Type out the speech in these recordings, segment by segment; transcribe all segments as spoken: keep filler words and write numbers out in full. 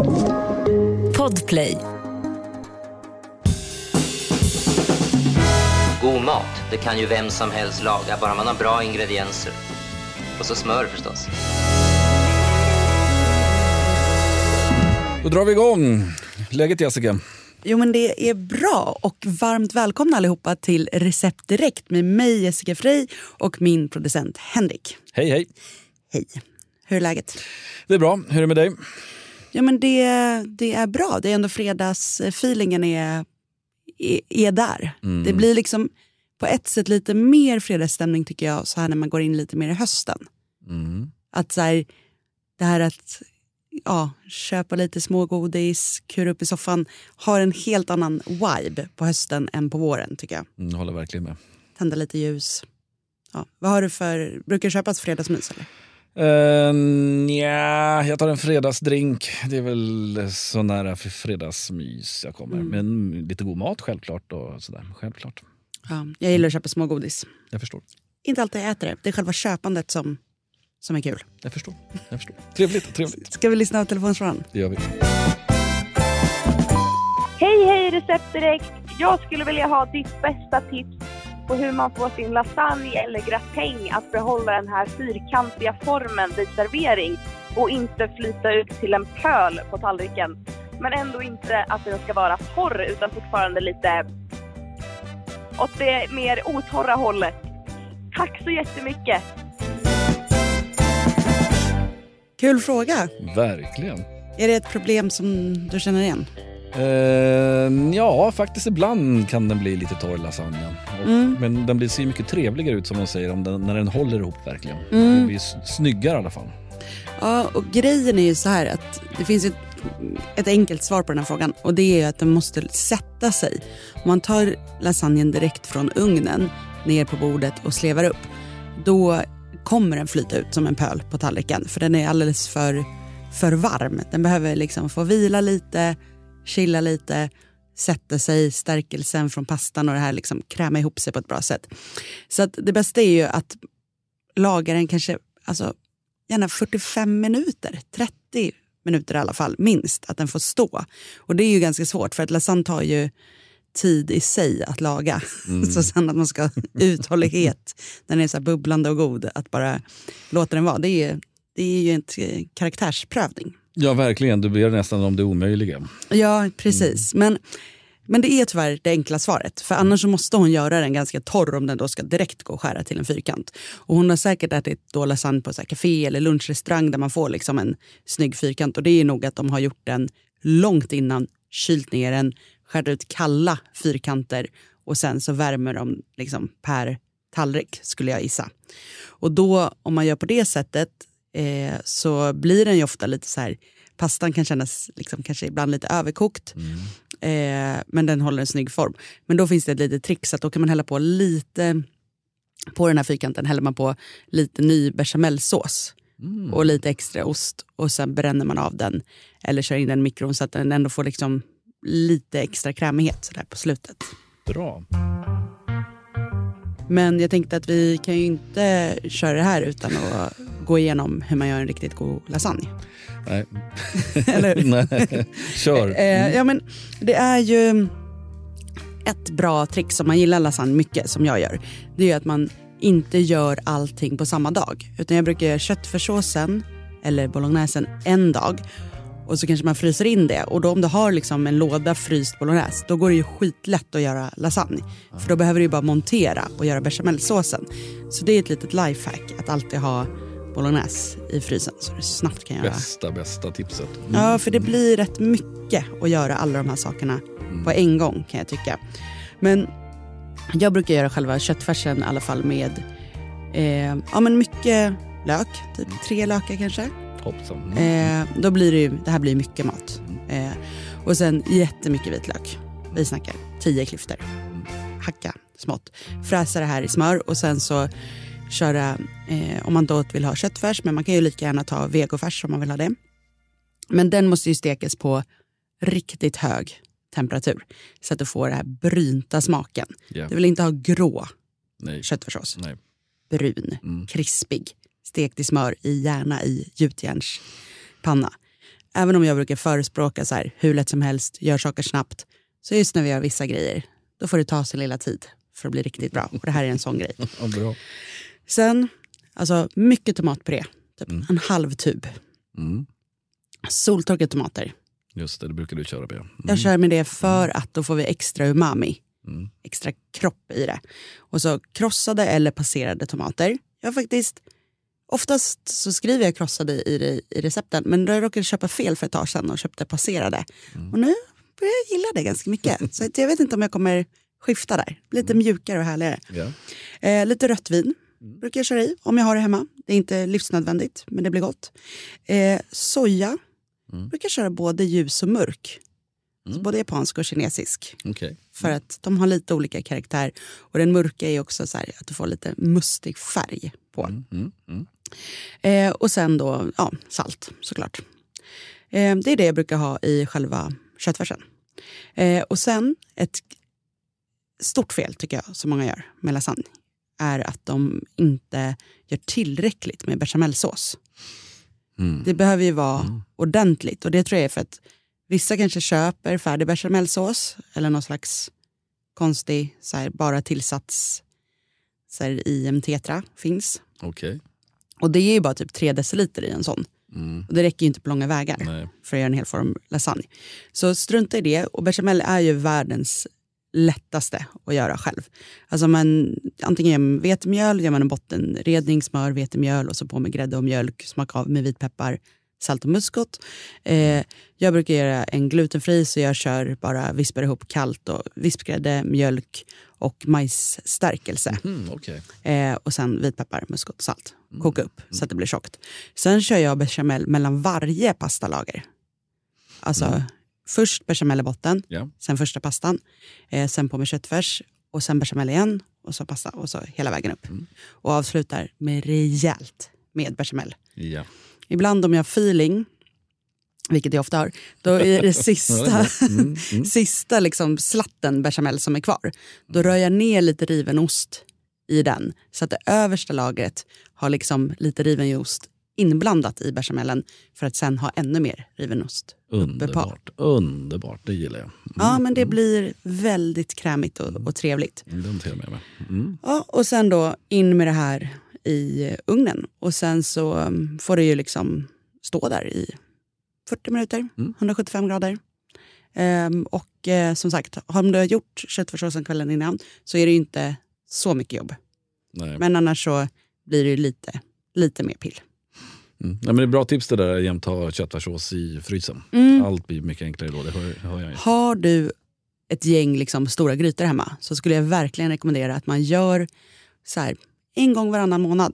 Podplay. God mat, det kan ju vem som helst laga, bara man har bra ingredienser. Och så smör förstås. Då drar vi igång. Läget, Jessica? Jo, men det är bra, och varmt välkomna allihopa till Recept Direkt med mig, Jessica Frey, och min producent Henrik. Hej, hej. Hej. Hur är läget? Det är bra. Hur är det med dig? Ja, men det, det är bra. Det är ändå fredagsfeelingen är, är, är där. Mm. Det blir liksom på ett sätt lite mer fredagsstämning, tycker jag, så här när man går in lite mer i hösten. Mm. Att så här, det här att ja, köpa lite smågodis, kura upp i soffan, har en helt annan vibe på hösten än på våren, tycker jag. Mm, håller verkligen med. Tända lite ljus. Ja. Vad har du för, brukar du köpa ett fredagsmys eller? Uh, nja, jag tar en fredagsdrink. Det är väl så nära för fredagsmys jag kommer. Mm. Men lite god mat självklart och sådär, självklart. Ja, jag gillar att köpa smågodis. Jag förstår. Inte alltid jag äter det. Det är själva köpandet som, som är kul. Jag förstår. Jag förstår. Trevligt, trevligt. Ska vi lyssna på telefonsvararen? Det gör vi. Hej, hej Recept Direkt. Jag skulle vilja ha ditt bästa tips på hur man får sin lasagne eller gratäng att behålla den här fyrkantiga formen vid servering och inte flyta ut till en pöl på tallriken. Men ändå inte att den ska vara torr utan fortfarande lite åt det mer otorra hållet. Tack så jättemycket! Kul fråga. Verkligen. Är det ett problem som du känner igen? Uh, ja, faktiskt ibland kan den bli lite torr, lasagnen. Och, mm. Men den blir ser mycket trevligare ut, som de säger, om den, när den håller ihop verkligen. Mm. Den blir snyggare i alla fall. Ja, och grejen är ju så här att det finns ett, ett enkelt svar på den här frågan. Och det är ju att den måste sätta sig. Om man tar lasagnen direkt från ugnen ner på bordet och slevar upp, då kommer den flyta ut som en pöl på tallriken. För den är alldeles för, för varm. Den behöver liksom få vila lite, chilla lite, sätta sig, stärkelsen från pastan och det här liksom kräma ihop sig på ett bra sätt. Så att det bästa är ju att laga den kanske, alltså gärna fyrtiofem minuter, trettio minuter i alla fall, minst, att den får stå. Och det är ju ganska svårt, för att lasagne tar ju tid i sig att laga. Mm. Så sen att man ska uthållighet, den är så här bubblande och god, att bara låta den vara. Det är, det är ju en karaktärsprövning. Ja, verkligen. Du ber nästan om det omöjliga. Ja, precis. Mm. Men, men det är tyvärr det enkla svaret. För annars så måste hon göra den ganska torr om den då ska direkt gå och skära till en fyrkant. Och hon har säkert ätit då lasagne på så här café eller lunchrestaurang där man får liksom en snygg fyrkant. Och det är nog att de har gjort den långt innan, kylt ner den, skärt ut kalla fyrkanter och sen så värmer de liksom per tallrik, skulle jag gissa. Och då, om man gör på det sättet, Eh, så blir den ju ofta lite så här, pastan kan kännas liksom, kanske ibland lite överkokt, mm. eh, men den håller en snygg form. Men då finns det ett litet trick, så att då kan man hälla på lite, på den här fyrkanten häller man på lite ny bechamelsås mm. och lite extra ost, och sen bränner man av den eller kör in den i mikron så att den ändå får liksom lite extra krämighet så där på slutet. Bra. Men jag tänkte att vi kan ju inte köra det här utan att gå igenom hur man gör en riktigt god lasagne. Nej. Eller? Nej. Kör. Mm. Ja, men det är ju ett bra trick som man gillar lasagne mycket, som jag gör. Det är ju att man inte gör allting på samma dag. Utan jag brukar göra köttfärssåsen eller bolognesen en dag. Och så kanske man fryser in det. Och då om du har liksom en låda fryst bolognese, då går det ju skitlätt att göra lasagne. För då behöver du ju bara montera och göra bechamelsåsen. Så det är ett litet lifehack att alltid ha bolognese i frysen så du snabbt kan göra. Bästa, bästa tipset. Mm. Ja, för det blir rätt mycket att göra alla de här sakerna mm. på en gång, kan jag tycka. Men jag brukar göra själva köttfärsen i alla fall med eh, ja, men mycket lök. Typ tre lökar kanske. Hoppsan. Eh, då blir det ju, det här blir mycket mat. Eh, och sen jättemycket vitlök. Vi snackar tio klyftor. Hacka smått. Fräsa det här i smör och sen så köra, eh, om man då vill ha köttfärs, men man kan ju lika gärna ta vegofärs om man vill ha det. Men den måste ju stekas på riktigt hög temperatur så att du får den här brynta smaken. Yeah. Du vill inte ha grå Nej. köttfärssås. Nej. Brun, mm. krispig, stekt i smör, i gärna i gjutjärnspanna. även om jag brukar förespråka så här, hur lätt som helst, gör saker snabbt. Så just när vi gör vissa grejer, då får det ta sin lilla tid för att bli riktigt bra. Och det här är en sån grej. Ja, bra. Sen, alltså mycket tomatpuré. Typ Mm. en halv tub. Mm. Soltorkade tomater. Just det, det brukar du köra med. Mm. Jag kör med det för att då får vi extra umami. Mm. Extra kropp i det. Och så krossade eller passerade tomater. Jag faktiskt, oftast så skriver jag krossade i, det, i recepten. Men då råkade jag köpa fel för ett tag sedan och köpte passerade. Mm. Och nu börjar jag gilla det ganska mycket. Så jag vet inte om jag kommer skifta där. Lite mjukare och härligare. Ja. Eh, lite rött vin brukar jag köra i om jag har det hemma. Det är inte livsnödvändigt, men det blir gott. Eh, soja mm. brukar jag köra både ljus och mörk. Mm. Så både japansk och kinesisk. Okay. För att de har lite olika karaktär. Och den mörka är också så här att du får lite mustig färg på. Mm. Mm. Mm. Eh, och sen då, ja, salt såklart. Eh, det är det jag brukar ha i själva köttfärsen. Eh, och sen ett stort fel tycker jag, som många gör med lasagne, är att de inte gör tillräckligt med bechamelsås. Mm. Det behöver ju vara mm. ordentligt. Och det tror jag är för att vissa kanske köper färdig bechamelsås eller någon slags konstig så här, bara tillsats så här, i en tetra finns. Okay. Och det är ju bara typ tre deciliter i en sån. Mm. Och det räcker ju inte på långa vägar. Nej. För att göra en hel form lasagne. Så strunta i det. Och bechamel är ju världens lättaste att göra själv. Alltså man antingen gör man vetemjöl, gör man en bottenredning, smör, vetemjöl och så på med grädde och mjölk, smaka av med vitpeppar, salt och muskot. Eh, jag brukar göra en glutenfri så jag kör bara vispar ihop kallt och vispgrädde, mjölk och majsstärkelse. Mm, okay. eh, och sen vitpeppar, muskot, salt. Koka upp mm. så att det blir tjockt. Sen kör jag bechamel mellan varje pastalager. Alltså mm. först bechamel i botten, yeah. sen första pastan, eh, sen på med köttfärs och sen bechamel igen och så pasta och så hela vägen upp. Mm. Och avslutar med rejält med bechamel. Yeah. Ibland om jag har feeling, vilket jag ofta har, då är det sista, mm. Mm. sista liksom slatten bechamel som är kvar. Då rör jag ner lite riven ost i den så att det översta lagret har liksom lite riven ost inblandat i bechamelen för att sen ha ännu mer riven ost. Underbart, underbart, det gillar jag. Mm. Ja, men det blir väldigt krämigt och, och trevligt. Mm, det med mig. Mm. Ja, och sen då in med det här i ugnen. Och sen så um, får det ju liksom stå där i fyrtio minuter, mm. hundrasjuttiofem grader. Um, och uh, som sagt, om du har gjort köttfärssåsen kvällen innan så är det ju inte så mycket jobb. Nej. Men annars så blir det ju lite, lite mer pill. Mm. Ja, men det är bra tips det där att jämt ha köttfärssås i frysen. Mm. Allt blir mycket enklare då, det hör, hör jag. Har du ett gäng liksom stora grytor hemma så skulle jag verkligen rekommendera att man gör så här en gång varannan månad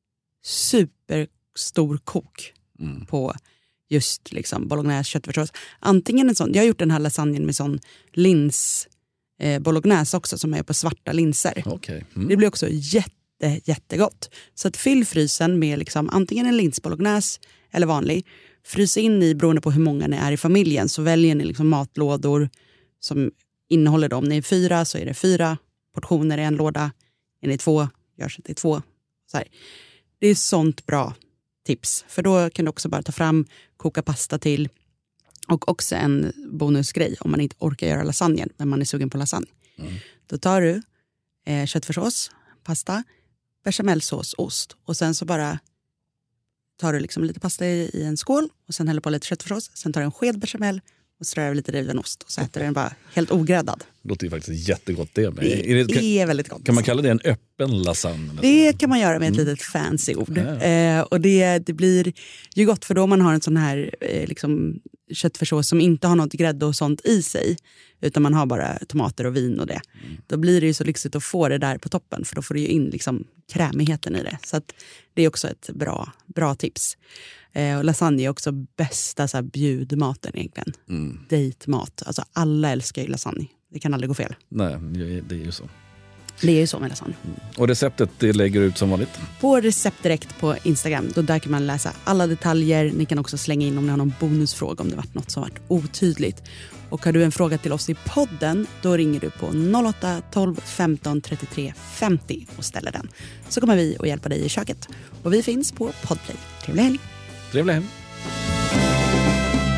superstor kok mm. på just liksom bolognese köttfärssås. Antingen en sån, jag har gjort den här lasagnen med sån lins eh, bolognese också som är på svarta linser. Okay. Mm. Det blir också jätte jättegott. Så att fyll frysen med liksom antingen en linsbolognese eller vanlig. Frys in i beroende på hur många ni är i familjen. Så väljer ni liksom matlådor som innehåller dem. Om ni är fyra så är det fyra portioner i en låda. Är ni två, gör så till två. Så här. Det är sånt bra tips. För då kan du också bara ta fram, koka pasta till. Och också en bonusgrej om man inte orkar göra lasagnen men man är sugen på lasagne. Mm. Då tar du eh, köttfärssås, pasta, bechamelsås, ost. Och sen så bara tar du liksom lite pasta i, i en skål och sen häller på lite köttfärssås. Sen tar du en sked bechamel och strör över lite riven ost och så äter den bara helt ogräddad. Det låter ju faktiskt jättegott det. Men det, är, det, kan, är väldigt gott. Kan man kalla det en öppen lasagne? Det kan man göra med ett mm. litet fancy ord. Ja. Eh, och det, det blir ju gott för då man har en sån här eh, liksom, köttfärssås som inte har något grädde och sånt i sig. Utan man har bara tomater och vin och det. Mm. Då blir det ju så lyxigt att få det där på toppen. För då får du ju in liksom krämigheten i det. Så att det är också ett bra, bra tips. Eh, och lasagne är också bästa så här, bjudmaten egentligen. Mm. Dejtmat. Alltså alla älskar ju lasagne. Det kan aldrig gå fel. Nej, det är ju så. Det är ju så med lasagne. Mm. Och receptet det lägger ut som vanligt? På Recept Direkt på Instagram. Då där kan man läsa alla detaljer. Ni kan också slänga in om ni har någon bonusfråga om det varit något som varit otydligt. Och har du en fråga till oss i podden då ringer du på noll åtta tolv femton trettiotre femtio och ställer den. Så kommer vi att hjälpa dig i köket. Och vi finns på Podplay. Trevlig helg! Trevlig helg!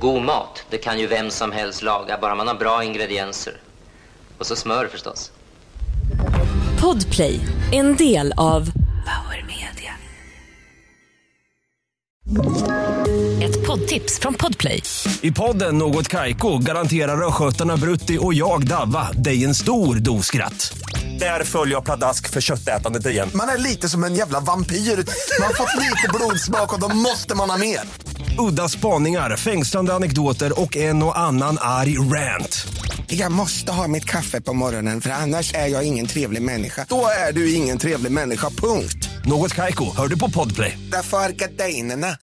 God mat, det kan ju vem som helst laga, bara man har bra ingredienser. Och så smör förstås. Podplay, en del av Power Media. Ett poddtips från Podplay. I podden Något Kaiko garanterar röskötarna Brutti och jag Davva dig en stor doskratt. Där följer jag pladask för köttätandet igen. Man är lite som en jävla vampyr. Man har fått lite blodsmak och då måste man ha mer. Udda spaningar, fängslande anekdoter och en och annan arg rant. Jag måste ha mitt kaffe på morgonen för annars är jag ingen trevlig människa. Då är du ingen trevlig människa, punkt. Något Kaiko, hör du på Podplay. Därför är gardinerna.